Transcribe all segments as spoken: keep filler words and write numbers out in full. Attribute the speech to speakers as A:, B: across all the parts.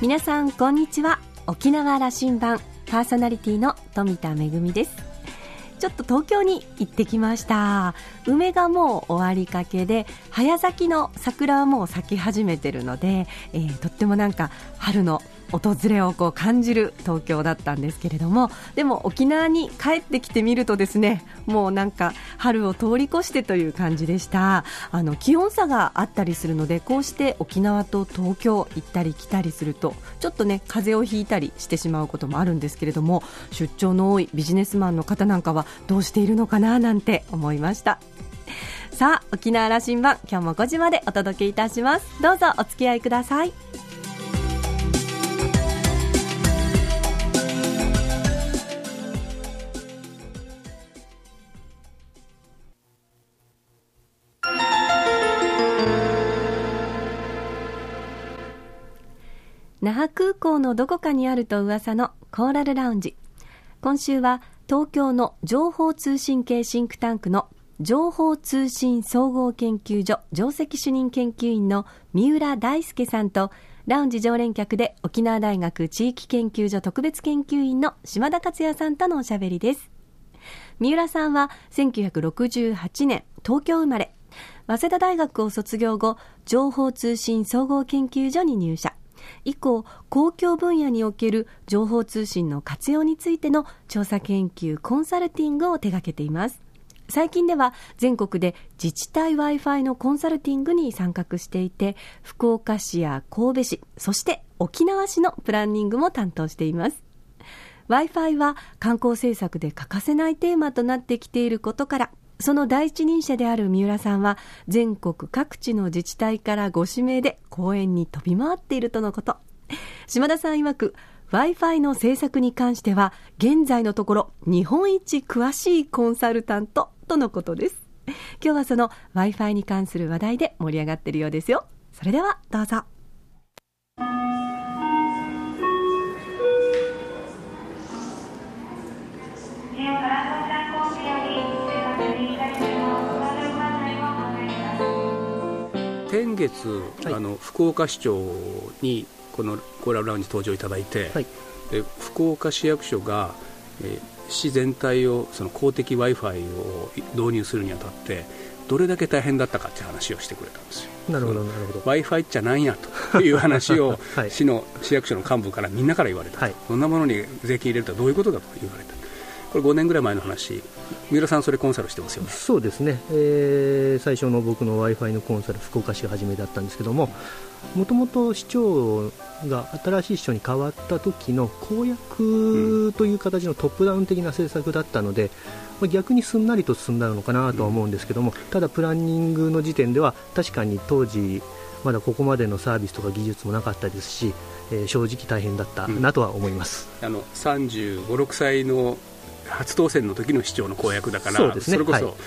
A: 皆さんこんにちは。沖縄羅針盤パーソナリティの富田恵です。ちょっと東京に行ってきました。梅がもう終わりかけで、早咲きの桜はもう咲き始めてるので、えー、とってもなんか春の訪れをこう感じる東京だったんですけれども、でも沖縄に帰ってきてみるとですね、もうなんか春を通り越してという感じでした。あの気温差があったりするので、こうして沖縄と東京行ったり来たりするとちょっとね風邪をひいたりしてしまうこともあるんですけれども、出張の多いビジネスマンの方なんかはどうしているのかななんて思いました。さあ、沖縄羅針盤、今日もごじまでお届けいたします。どうぞお付き合いください。那覇空港のどこかにあると噂のコーラルラウンジ。今週は東京の情報通信系シンクタンクの情報通信総合研究所上席主任研究員の三浦大輔さんと、ラウンジ常連客で沖縄大学地域研究所特別研究員の島田克也さんとのおしゃべりです。三浦さんはせんきゅうひゃくろくじゅうはちねん東京生まれ、早稲田大学を卒業後、情報通信総合研究所に入社。以降、公共分野における情報通信の活用についての調査研究コンサルティングを手掛けています。最近では全国で自治体 Wi-Fi のコンサルティングに参画していて、福岡市や神戸市、そして沖縄市のプランニングも担当しています。Wi-Fi は観光政策で欠かせないテーマとなってきていることから、その第一人者である三浦さんは全国各地の自治体からご指名で講演に飛び回っているとのこと。島田さん曰く Wi-Fi の政策に関しては現在のところ日本一詳しいコンサルタントとのことです。今日はその Wi-Fi に関する話題で盛り上がっているようですよ。それではどうぞ。
B: 先月、はい、あの福岡市長にこのコーラルラウンジ登場いただいて、はい、で福岡市役所が、えー、市全体をその公的 Wi-Fi を導入するにあたってどれだけ大変だったかって話をしてくれたんですよ。
C: なるほどなるほど。
B: Wi-Fi っちゃなんやという話を、はい、市の市役所の幹部からみんなから言われた、はい、そんなものに税金入れるとはどういうことだと言われた。これごねんぐらい前の話。三浦さんそれコンサルしてますよね。
C: そうですね、えー、最初の僕の Wi-Fi のコンサル福岡市が初めだったんですけども、もともと市長が新しい市長に変わった時の公約という形のトップダウン的な政策だったので、うん、逆にすんなりと進んだのかなとは思うんですけども、ただプランニングの時点では確かに当時まだここまでのサービスとか技術もなかったですし、えー、正直大変だったなとは思います、
B: うん、あのさんじゅうご、ろくさいの初当選の時の市長の公約だから、
C: そうですね、
B: それこそ、
C: はい、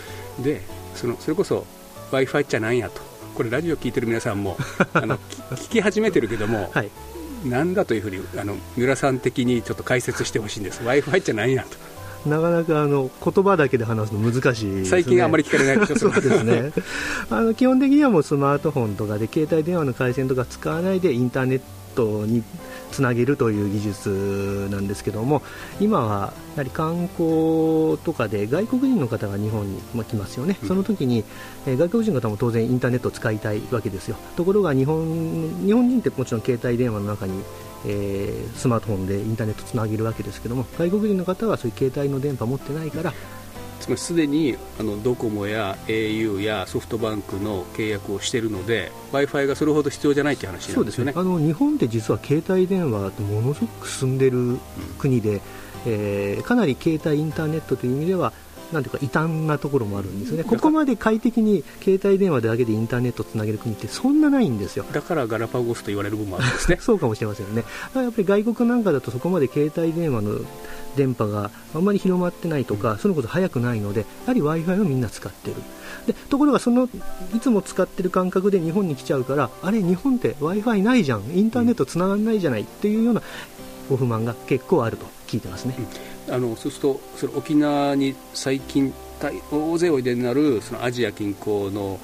B: でそのそれこそ Wi-Fi っちゃなんやと、これラジオ聞いてる皆さんもあの聞き始めてるけども、はい、なんだというふうにあの三浦さん的にちょっと解説してほしいんです。 Wi-Fi っちゃなんやと。
C: なかなかあの言葉だけで話すの難しいですね。
B: 最近あんまり聞かれないでしょ。
C: そうですねあの基本的にはもうスマートフォンとかで携帯電話の回線とか使わないでインターネットにつなげるという技術なんですけども、今はやはり観光とかで外国人の方が日本に来ますよね、うん、その時に、えー、外国人の方も当然インターネットを使いたいわけですよ。ところが日本、日本人ってもちろん携帯電話の中に、えー、スマートフォンでインターネットつなげるわけですけども、外国人の方はそういう携帯の電波持ってないから、
B: つまりすでにあのドコモや エーユー やソフトバンクの契約をしているので Wi-Fi がそれほど必要じゃないという話なんですよね。
C: そうですね、あの日本って実は携帯電話ってものすごく進んでいる国で、うん、えー、かなり携帯インターネットという意味ではなんていうか異端なところもあるんですよね。ここまで快適に携帯電話だけでインターネットをつなげる国ってそんなないんですよ。
B: だからガラパゴスと言われる部分もあるんですね
C: そうかもしれませんね。だからやっぱり外国なんかだとそこまで携帯電話の電波があんまり広まってないとか、うん、そのこと早くないので、やはり Wi-Fi をみんな使ってる。でところがそのいつも使ってる感覚で日本に来ちゃうから、あれ日本って Wi-Fi ないじゃん、インターネットつながんないじゃないっていうようなご不満が結構あると聞いてますね、
B: うん、あのそうするとそれ沖縄に最近大勢おいでになるそのアジア近郊の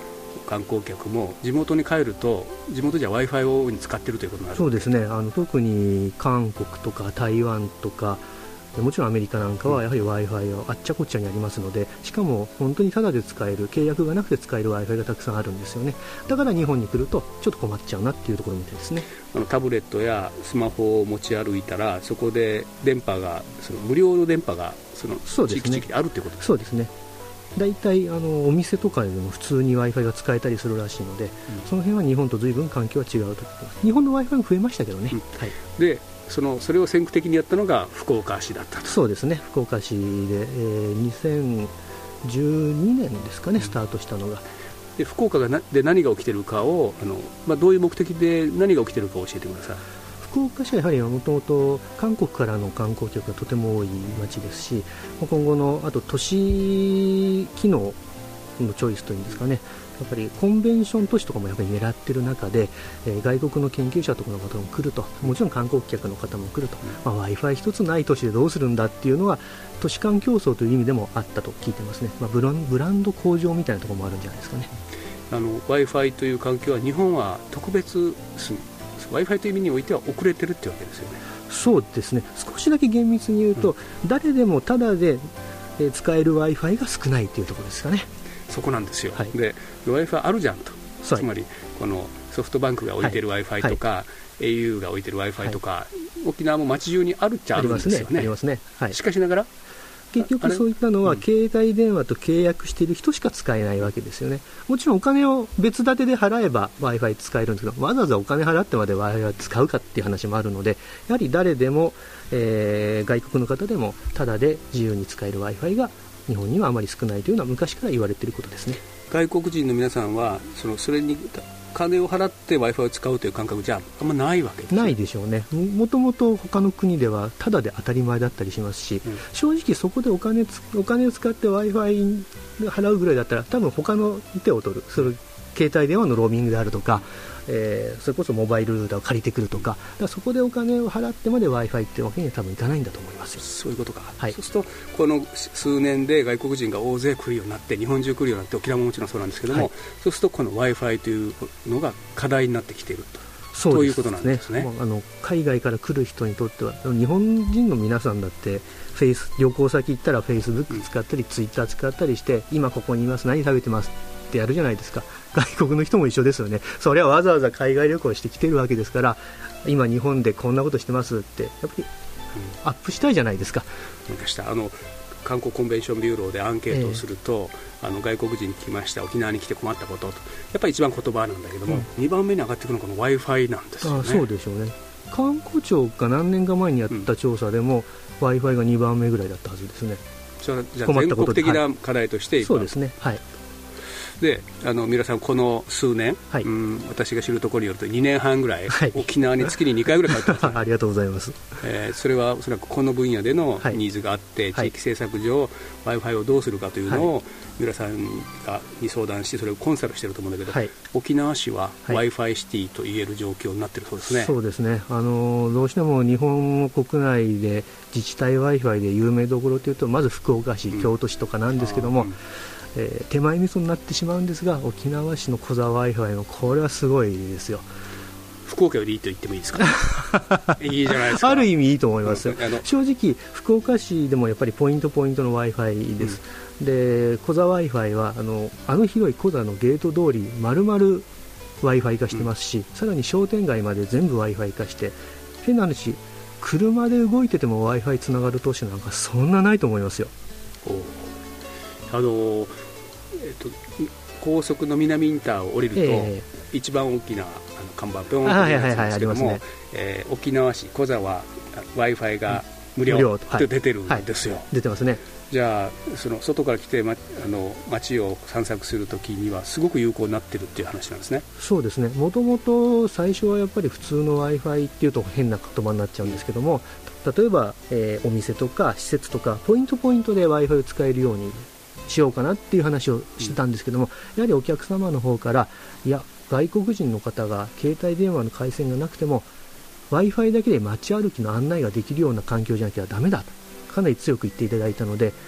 B: 観光客も地元に帰ると地元じゃ Wi-Fi を大いに使っているということになる。
C: そうですね、あの特に韓国とか台湾とかもちろんアメリカなんかはやはり Wi-Fi をあっちゃこっちゃにありますので、しかも本当にタダで使える、契約がなくて使える Wi-Fi がたくさんあるんですよね。だから日本に来るとちょっと困っちゃうなっていうところみたいですね。
B: あのタブレットやスマホを持ち歩いたらそこで電波がその無料の電波がその地域地域であるということですね。
C: そうですね。だいたいあのお店とかでも普通に Wi-Fi が使えたりするらしいので、うん、その辺は日本と随分環境は違うと思います。日本の Wi-Fi も増えましたけどね、うん、はい、
B: でそのそれを先駆的にやったのが福岡市だったと。
C: そうですね、福岡市で、えー、にせんじゅうにねんですかね、スタートしたのが。
B: で福岡がなで何が起きているかをあの、まあ、どういう目的で何が起きているかを教えてください。
C: 福岡市はやはりもともと韓国からの観光客がとても多い町ですし、今後のあと都市機能のチョイスというんですかね、やっぱりコンベンション都市とかもやっぱり狙っている中で、えー、外国の研究者とかの方も来ると、もちろん観光客の方も来ると、まあ、Wi-Fi 一つない都市でどうするんだっていうのは都市間競争という意味でもあったと聞いてますね。まあ、ブラン、ブランド向上みたいなところもあるんじゃないですかね。
B: あの Wi-Fi という環境は日本は特別 Wi-Fi という意味においては遅れてるってわけですよね。
C: そうですね、少しだけ厳密に言うと、うん、誰でもタダで使える Wi-Fi が少ないというところですかね。
B: そこなんですよ、はい、で Wi-Fi あるじゃんと、つまりこのソフトバンクが置いてる Wi-Fi とか、はい、エーユー が置いてる Wi-Fi とか、はい、沖縄も街中にあるっちゃあるんですよね。
C: ありますね、はい、
B: しかしながら
C: 結局そういったのは、うん、携帯電話と契約している人しか使えないわけですよね。もちろんお金を別立てで払えば Wi-Fi 使えるんですけど、わざわざお金払ってまで Wi-Fi を使うかっていう話もあるので、やはり誰でも、えー、外国の方でもタダで自由に使える Wi-Fi が日本にはあまり少ないというのは昔から言われていることですね。
B: 外国人の皆さんはそのそれに金を払って Wi-Fi を使うという感覚じゃあんまないわけです、ね、
C: ないでしょうね。もともと他の国ではタダで当たり前だったりしますし、うん、正直そこでお金つお金を使って Wi-Fi 払うぐらいだったら多分他の手を取る、それ携帯電話のローミングであるとか、えー、それこそモバイルルーターを借りてくるとか、だからそこでお金を払ってまで Wi-Fi ってわけには多分いかないんだと思いますよ。
B: そういうことか、
C: はい、
B: そうするとこの数年で外国人が大勢来るようになって、日本中来るようになって、沖縄ももちろんそうなんですけども、はい、そうするとこの Wi-Fi というのが課題になってきていると。
C: そうですね、
B: ということなんですね。
C: まあ、あの海外から来る人にとっては、日本人の皆さんだってフェイス旅行先行ったら Facebook 使ったり、うん、Twitter 使ったりして、今ここにいます、何食べてますってやるじゃないですか。外国の人も一緒ですよね。それはわざわざ海外旅行してきてるわけですから、今日本でこんなことしてますってやっぱりアップしたいじゃないですか。
B: うん、したあの観光コンベンションビューローでアンケートをすると、えー、あの外国人に来ました、沖縄に来て困ったことと、やっぱり一番言葉なんだけども、うん、にばんめに上がってくるのがこの Wi-Fi なんですよね。
C: あ、そうでしょうね。観光庁が何年か前にやった調査でも、うん、Wi-Fi がにばんめぐらいだったはずですね。
B: それはじゃあ全国的な課題としていく、
C: はい、そうですね、はい。
B: であの皆さんこの数年、はい、うん、私が知るところによるとにねんはんぐらい、はい、沖縄に月ににかいぐらい帰ってます、ね、
C: ありがとうございます、
B: えー、それはおそらくこの分野でのニーズがあって、はい、地域政策上 Wi-Fi をどうするかというのを、はい、皆さんがに相談してそれをコンサルしていると思うんだけど、はい、沖縄市は Wi-Fi シティと言える状況になっているそうですね。
C: そうですね、あのどうしても日本国内で自治体 Wi-Fi で有名どころというとまず福岡市、うん、京都市とかなんですけども、うん、えー、手前味噌になってしまうんですが、沖縄市の小沢 Wi-Fi のこれはすごいですよ。
B: 福岡よりいいと言ってもいいですかいいじゃないですか。
C: ある意味いいと思いますよ、うん、あの正直福岡市でもやっぱりポイントポイントの Wi-Fi です、うん、で小沢 Wi-Fi はあのあの広い小沢のゲート通り丸々 Wi-Fi 化してますし、うん、さらに商店街まで全部 Wi-Fi 化して、変な話車で動いてても Wi-Fi つながる都市なんかそんなないと思いますよ。
B: おあのえっと、高速の南インターを降りると、えー、一番大きなあの看板ピョンというやつなんですけども、沖縄市小沢 Wi-Fi が無料って出てるんですよ、はいはい、
C: 出てますね。
B: じゃあその外から来て、ま、あの街を散策するときにはすごく有効になってるっていう話なんですね。
C: そうですね、もともと最初はやっぱり普通の Wi-Fi っていうと変な言葉になっちゃうんですけども、例えば、えー、お店とか施設とかポイントポイントで Wi-Fi を使えるようにしようかなっていう話をしてたんですけども、やはりお客様の方から、いや外国人の方が携帯電話の回線がなくても Wi-Fi だけで街歩きの案内ができるような環境じゃなきゃダメだとかなり強く言っていただいたので、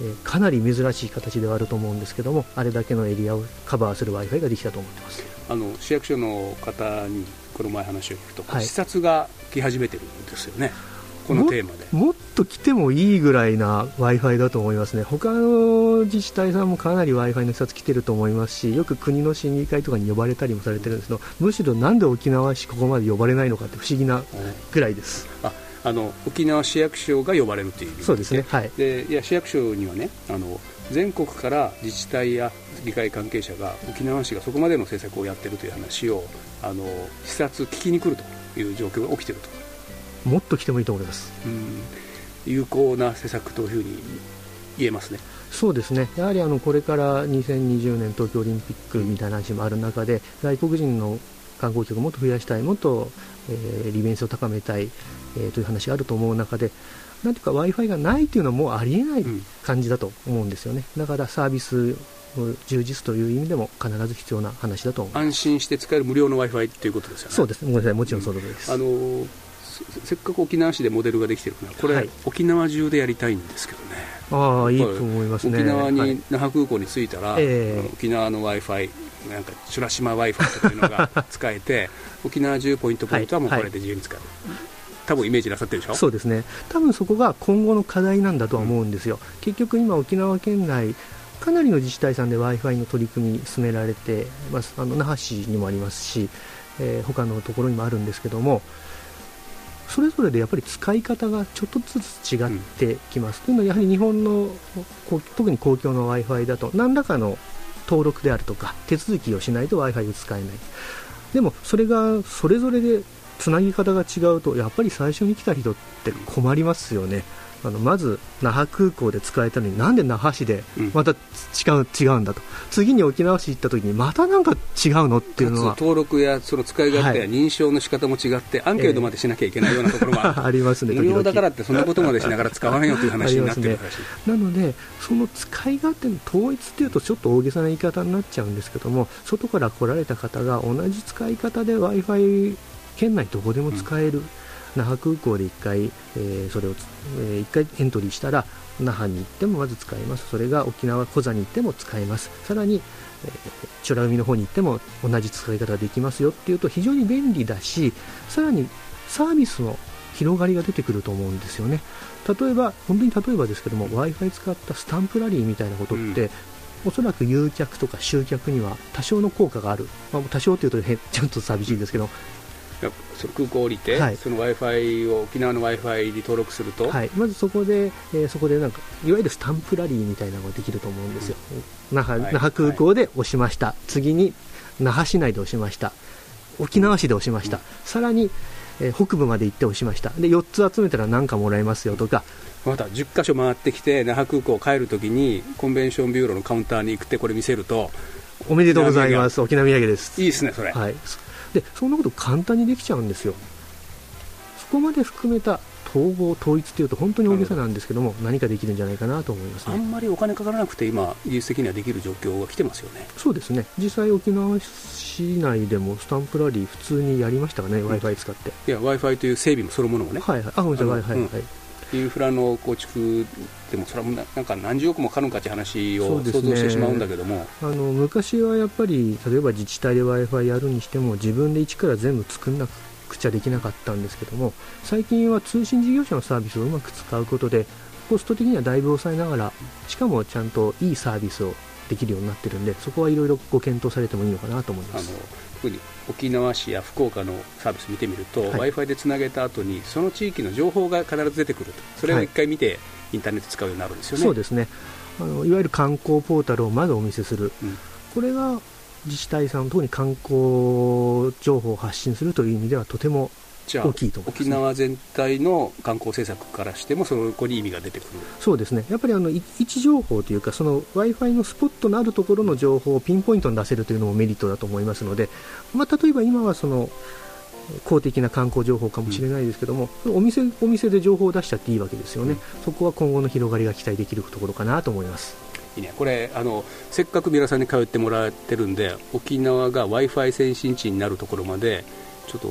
C: えー、かなり珍しい形ではあると思うんですけども、あれだけのエリアをカバーする Wi-Fi ができたと思ってます。
B: あの市役所の方にこの前話を聞くと、
C: はい、
B: 視察が来始めてるんですよね、このテーマで。
C: も, もっと来てもいいぐらいな Wi-Fi だと思いますね。他の自治体さんもかなり Wi-Fi の視察来てると思いますし、よく国の審議会とかに呼ばれたりもされてるんですけど、むしろなんで沖縄市ここまで呼ばれないのかって不思議なぐらいです。
B: ああの沖縄市役所が呼ばれるという意味で、
C: そうですね、はい、
B: でいや市役所にはね、あの全国から自治体や議会関係者が沖縄市がそこまでの政策をやっているという話をあの視察聞きに来るという状況が起きていると。
C: もっと来てもいいと思います。
B: うん、有効な施策というふうに言えますね。
C: そうですね、やはりあのこれからにせんにじゅうねん東京オリンピックみたいな話もある中で、外国人の観光客をもっと増やしたい、もっと、えー、利便性を高めたい、えー、という話があると思う中で、なんていうか Wi-Fi がないというのはもうありえない感じだと思うんですよね、うん、だからサービスの充実という意味でも必ず必要な話だと思います。安
B: 心して使える無料の Wi-Fi ということですよね。
C: そうですね、ごめんなさい、もちろんその通りです。
B: うん、あのせっかく沖縄市でモデルができているから、これ、はい、沖縄中でやりたいんですけどね。
C: ああ、いいと思いますね。
B: 沖縄に、
C: はい、
B: 那覇空港に着いたら、えー、沖縄の Wi-Fi、なんか美ら島 Wi-Fi というのが使えて沖縄中ポイントポイントはもうこれで自由に使える、はいはい、多分イメージなさってるでしょ。
C: そうですね、多分そこが今後の課題なんだとは思うんですよ、うん、結局今沖縄県内かなりの自治体さんで Wi-Fi の取り組み進められてます。あの那覇市にもありますし、えー、他のところにもあるんですけども、それぞれでやっぱり使い方がちょっとずつ違ってきます、うん、というのはやはり日本の特に公共の Wi-Fi だと何らかの登録であるとか手続きをしないと Wi-Fi を使えない。でもそれがそれぞれでつなぎ方が違うとやっぱり最初に来た人って困りますよね。あのまず那覇空港で使えたのになんで那覇市でまた違う、違うんだと、次に沖縄市行った時にまたなんか違うのっていうのは、
B: 登録やその使い勝手や認証の仕方も違って、はい、アンケートまでしなきゃいけないようなところが、えー、
C: ありますね。
B: 無料だからってそんなことまでしながら使わないよという話になってるらしい、ね、
C: なのでその使い勝手の統一っていうとちょっと大げさな言い方になっちゃうんですけども、外から来られた方が同じ使い方で Wi-Fi 県内どこでも使える、うん、那覇空港でいっかい、えー、それを、えー、いっかいエントリーしたら那覇に行ってもまず使えます。それが沖縄コザに行っても使えます。さらに、えー、美ら海の方に行っても同じ使い方ができますよっていうと非常に便利だし、さらにサービスの広がりが出てくると思うんですよね。例えば本当に例えばですけども Wi-Fi 使ったスタンプラリーみたいなことって、うん、おそらく誘客とか集客には多少の効果がある、まあ、多少というとちょっと寂しいですけど、
B: その空港を降りて、はい、その Wi-Fi を沖縄の Wi-Fi に登録すると、
C: はい、まずそこで、えー、そこでなんかいわゆるスタンプラリーみたいなのができると思うんですよ、うん、那覇、はい、那覇空港で押しました、はい、次に那覇市内で押しました、沖縄市で押しました、うん、さらに、えー、北部まで行って押しました。でよっつ集めたら何かもらえますよとか、
B: またじゅっかしょ回ってきて那覇空港を帰るときにコンベンションビューロのカウンターに行ってこれ見せると、
C: おめでとうございます、沖縄土産です。
B: いいですねそれ、
C: はい、でそんなこと簡単にできちゃうんですよ。そこまで含めた統合統一というと本当に大げさなんですけども、何かできるんじゃないかなと思いますね。
B: あんまりお金かからなくて今技術的にはできる状況が来てますよね。
C: そうですね、実際沖縄市内でもスタンプラリー普通にやりましたかね、うん、Wi-Fi 使って。
B: いや Wi-Fi という整備もそのものもね、
C: はいはい、あ、ごめんなさい、はいはい、
B: インフラの構築でもそれはなんか何十億もかかるんかって話を想像してしまうんだけども、ね、
C: あの昔はやっぱり例えば自治体で Wi-Fi やるにしても自分で一から全部作んなくちゃできなかったんですけども、最近は通信事業者のサービスをうまく使うことでコスト的にはだいぶ抑えながら、しかもちゃんといいサービスをできるようになってるんで、そこはいろいろご検討されてもいいのかなと思います。
B: あの特に沖縄市や福岡のサービス見てみると、はい、Wi-Fi でつなげた後にその地域の情報が必ず出てくると、それを一回見て、はい、インターネット使うようになるんですよね。
C: そうですね、あのいわゆる観光ポータルをまずお見せする、うん、これが自治体さん、特に観光情報を発信するという意味ではとても大きいと思いますね。
B: 沖縄全体の観光政策からしてもそこに意味が出てくる。
C: そうですね、やっぱりあの位置情報というか、その Wi-Fi のスポットのあるところの情報をピンポイントに出せるというのもメリットだと思いますので、まあ、例えば今はその公的な観光情報かもしれないですけども、うん、お店お店で情報を出しちゃっていいわけですよね、うん、そこは今後の広がりが期待できるところかなと思います。
B: いいね、これあのせっかく皆さんに通ってもらってるんで、沖縄が Wi-Fi 先進地になるところまでちょっと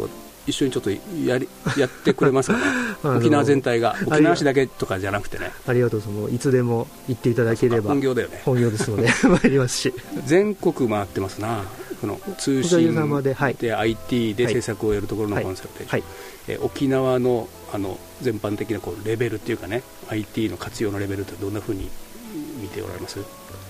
B: 一緒にちょっと や, りやってくれますかね沖縄全体が、沖縄市だけとかじゃなくてね。
C: ありがとうございます。いつでも行っていただければ。
B: 本業だよね。
C: 本業ですので参りますし、
B: 全国回ってますな。この通信で アイティー で制作をやるところのコンサルテーション、はいはい、え沖縄 の, あの全般的なこうレベルっていうかね、 アイティー の活用のレベルってどんなふうに見ておられます？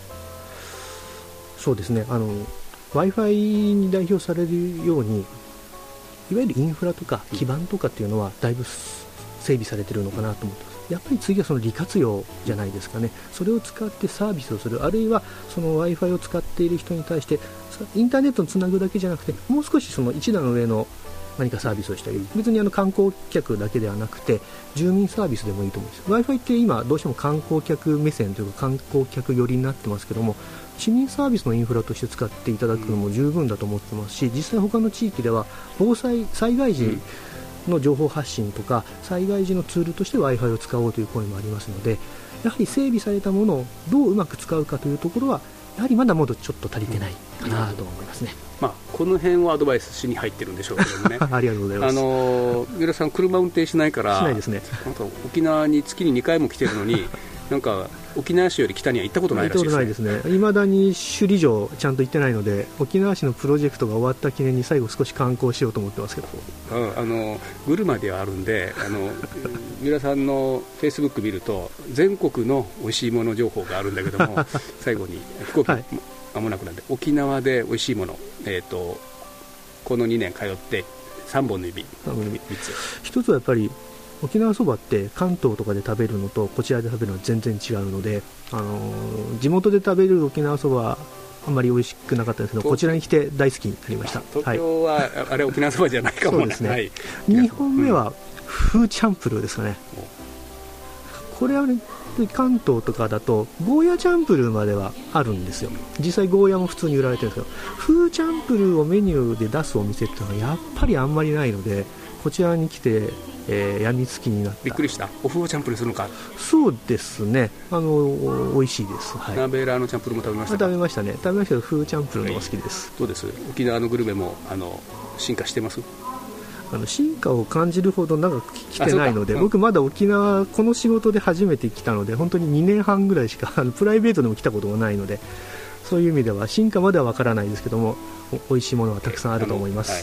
C: そうですね、あの Wi-Fi に代表されるように、いわゆるインフラとか基盤とかっていうのはだいぶ整備されているのかなと思ってます。やっぱり次はその利活用じゃないですかね。それを使ってサービスをする、あるいはその Wi-Fi を使っている人に対してインターネットにつなぐだけじゃなくて、もう少しその一段上の何かサービスをしてあげる。別にあの観光客だけではなくて住民サービスでもいいと思うんです。 Wi-Fi って今どうしても観光客目線というか観光客寄りになってますけども、市民サービスのインフラとして使っていただくのも十分だと思ってますし、実際他の地域では防災災害時の情報発信とか災害時のツールとして Wi-Fi を使おうという声もありますので、やはり整備されたものをどううまく使うかというところはやはりまだまだちょっと足りてないかなと思いますね。
B: まあ、この辺はアドバイスしに入ってるんでしょうけどもね
C: ありがとうございます。
B: あの三浦さん車運転しないから
C: しないですね。
B: なんか沖縄に月ににかいも来てるのになんか沖縄市より北には行ったことないらしいですね。
C: 行ったことないですね。未だに首里城ちゃんと行ってないので、沖縄市のプロジェクトが終わった記念に最後少し観光しようと思ってますけど、
B: ああのグルマではあるんで、あの三浦さんのフェイスブック見ると全国の美味しいもの情報があるんだけども最後に飛行機間もなくなんで、沖縄で美味しいもの、えーと、このにねん通ってさんぼんの指みっつ。
C: 一つはやっぱり沖縄そばって関東とかで食べるのとこちらで食べるのは全然違うので、あのー、地元で食べる沖縄そばあんまり美味しくなかったんですけど、こちらに来て大好きになりました。
B: 東京は、はい、あれ沖縄そばじゃないかもね。そうですね、はい、
C: にほんめはフーチャンプルーですかね、うん、これはね関東とかだとゴーヤチャンプルーまではあるんですよ。実際ゴーヤも普通に売られてるんですけど、フーチャンプルーをメニューで出すお店っていうのはやっぱりあんまりないので、こちらに来て、えー、やみつきになった。
B: びっくりした。おフーチャンプルーするのか。
C: そうですね、あの美味しいです、はい、
B: ナベラーのチャンプルーも食べましたか？
C: 食べましたね。食べましたけどフーチャンプルーの方が好きです、
B: はい、どうです？沖縄のグルメもあの進化してます？
C: あの進化を感じるほど長く来てないので、うん、僕まだ沖縄この仕事で初めて来たので本当ににねんはんぐらいしかあのプライベートでも来たことがないので、そういう意味では進化まではわからないですけども、お, おいしいものはたくさんあると思います、はい、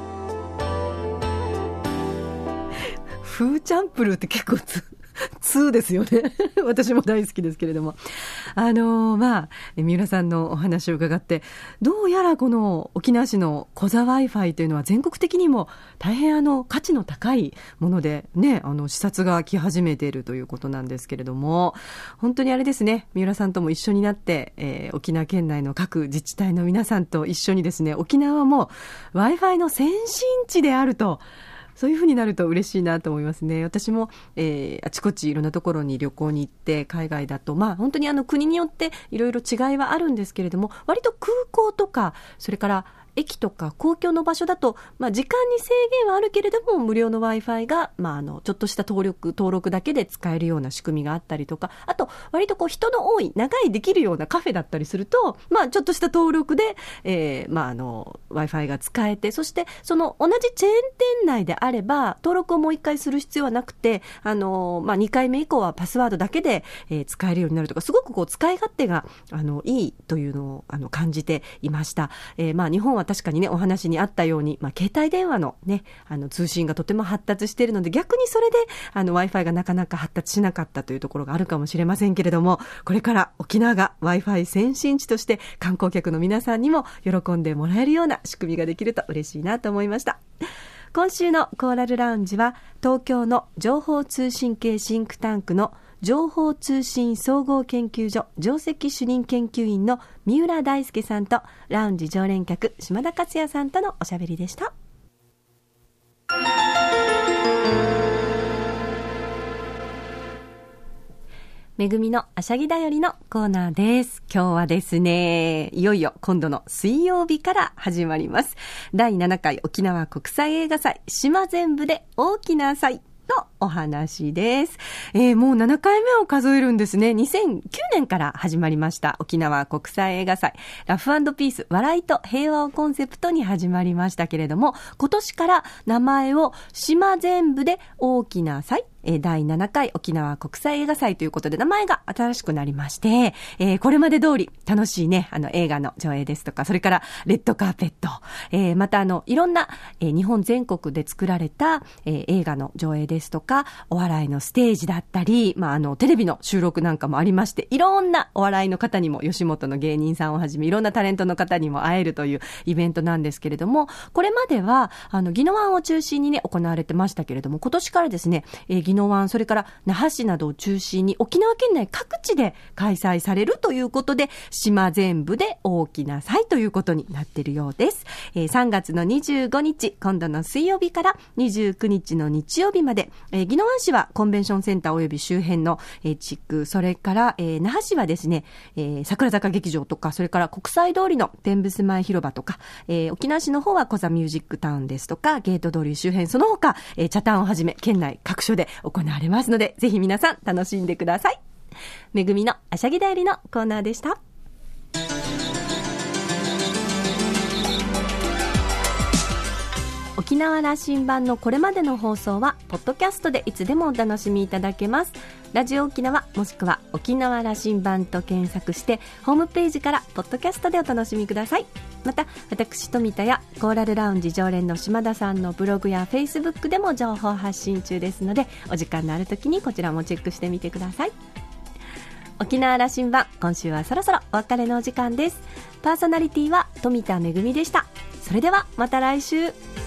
A: フーチャンプルーって結構つ通ですよね私も大好きですけれども、あのー、まあ三浦さんのお話を伺って、どうやらこの沖縄市のコザ Wi-Fi というのは全国的にも大変あの価値の高いものでね、あの視察が来始めているということなんですけれども、本当にあれですね、三浦さんとも一緒になって、えー、沖縄県内の各自治体の皆さんと一緒にですね、沖縄も Wi-Fi の先進地であると、そういう風になると嬉しいなと思いますね。私も、えー、あちこちいろんなところに旅行に行って、海外だと、まあ本当にあの国によっていろいろ違いはあるんですけれども、割と空港とか、それから駅とか公共の場所だと、まあ、時間に制限はあるけれども無料の Wi-Fi が、まあ、あのちょっとした登録、登録だけで使えるような仕組みがあったりとか、あと割とこう人の多い長いできるようなカフェだったりすると、まあ、ちょっとした登録で、えーまあ、あの Wi-Fi が使えて、そしてその同じチェーン店内であれば登録をもう一回する必要はなくて、あの、まあ、にかいめ以降はパスワードだけで、えー、使えるようになるとか、すごくこう使い勝手があのいいというのをあの感じていました。えーまあ、日本は確かにね、お話にあったように、まあ、携帯電話のね、あの通信がとても発達しているので、逆にそれであの Wi-Fi がなかなか発達しなかったというところがあるかもしれませんけれども、これから沖縄が Wi-Fi 先進地として観光客の皆さんにも喜んでもらえるような仕組みができると嬉しいなと思いました。今週のコーラルラウンジは、東京の情報通信系シンクタンクの情報通信総合研究所上席主任研究員の三浦大輔さんと、ラウンジ常連客島田克也さんとのおしゃべりでした。めぐみのあしゃぎだよりのコーナーです。今日はですね、いよいよ今度の水曜日から始まります。だいななかい沖縄国際映画祭島全部で大きな祭のお話です。えー、もうななかいめを数えるんですね。にせんきゅうねんから始まりました沖縄国際映画祭ラフ&ピース笑いと平和をコンセプトに始まりましたけれども、今年から名前を島全部で大きな祭だいななかい沖縄国際映画祭ということで名前が新しくなりまして、えー、これまで通り楽しいね、あの映画の上映ですとか、それからレッドカーペット、えー、またあのいろんな、えー、日本全国で作られた、えー、映画の上映ですとか、お笑いのステージだったり、まあ、あのテレビの収録なんかもありまして、いろんなお笑いの方にも、吉本の芸人さんをはじめいろんなタレントの方にも会えるというイベントなんですけれども、これまではあの宜野湾を中心にね行われてましたけれども、今年からですね、えー、宜野湾、それから那覇市などを中心に沖縄県内各地で開催されるということで、島全部で大きな祭ということになっているようです。えー、さんがつのにじゅうごにち、今度の水曜日からにじゅうくにちの日曜日まで、えー、宜野湾市はコンベンションセンターおよび周辺の、えー、地区、それから、えー、那覇市はですね、えー、桜坂劇場とか、それから国際通りの天仏前広場とか、えー、沖縄市の方はコザミュージックタウンですとか、ゲート通り周辺、その他、えー、北谷をはじめ県内各所で行われますので、ぜひ皆さん楽しんでください。めぐみのあしゃぎだよりのコーナーでした。沖縄羅針盤のこれまでの放送はポッドキャストでいつでもお楽しみいただけます。ラジオ沖縄もしくは沖縄羅針盤と検索してホームページからポッドキャストでお楽しみください。また私富田やコーラルラウンジ常連の島田さんのブログやフェイスブックでも情報発信中ですので、お時間のある時にこちらもチェックしてみてください。沖縄羅針盤、今週はそろそろお別れのお時間です。パーソナリティは富田恵でした。それではまた来週。